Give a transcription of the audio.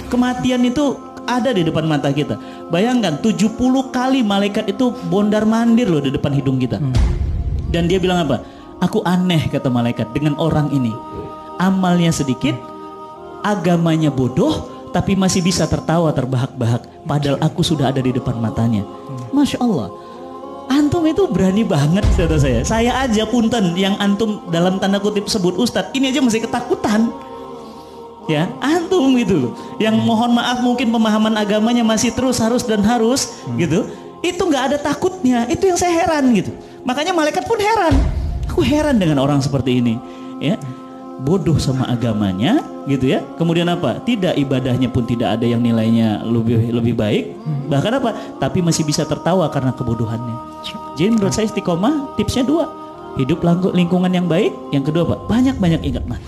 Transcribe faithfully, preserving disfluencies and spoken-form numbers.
Kematian itu ada di depan mata kita. Bayangkan tujuh puluh kali malaikat itu bondar-mandir loh di depan hidung kita. Hmm. Dan dia bilang apa? Aku aneh, kata malaikat, dengan orang ini. Amalnya sedikit, agamanya bodoh, tapi masih bisa tertawa terbahak-bahak. Padahal aku sudah ada di depan matanya. Masya Allah. Antum itu berani banget, kata saya. Saya aja punten yang antum dalam tanda kutip sebut ustadz, ini aja masih ketakutan. Ya, antum gitu loh. Yang mohon maaf mungkin pemahaman agamanya masih terus harus dan harus hmm. gitu. Itu nggak ada takutnya. Itu yang saya heran gitu. Makanya malaikat pun heran. Aku heran dengan orang seperti ini. Ya, bodoh sama agamanya gitu ya. Kemudian apa? Tidak, ibadahnya pun tidak ada yang nilainya lebih lebih baik. Bahkan apa? Tapi masih bisa tertawa karena kebodohannya. Jadi menurut saya istiqomah tipsnya dua. Hidup lingkungan yang baik. Yang kedua apa? Banyak-banyak ingat mati.